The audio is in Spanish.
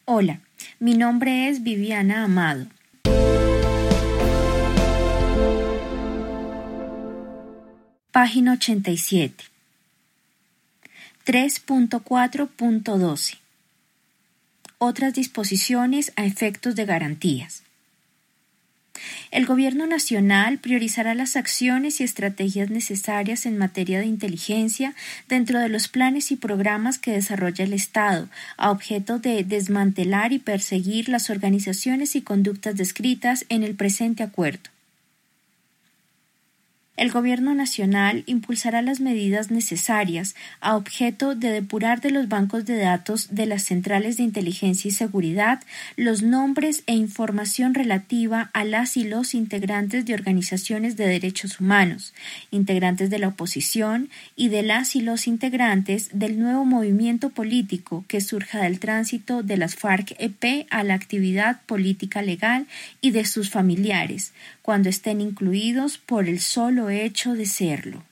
Hola, mi nombre es Viviana Amado. Página 87. 3.4.12. Otras disposiciones a efectos de garantías. El Gobierno Nacional priorizará las acciones y estrategias necesarias en materia de inteligencia dentro de los planes y programas que desarrolla el Estado, a objeto de desmantelar y perseguir las organizaciones y conductas descritas en el presente acuerdo. El Gobierno Nacional impulsará las medidas necesarias a objeto de depurar de los bancos de datos de las centrales de inteligencia y seguridad los nombres e información relativa a las y los integrantes de organizaciones de derechos humanos, integrantes de la oposición y de las y los integrantes del nuevo movimiento político que surja del tránsito de las FARC-EP a la actividad política legal y de sus familiares, cuando estén incluidos por el solo hecho de serlo.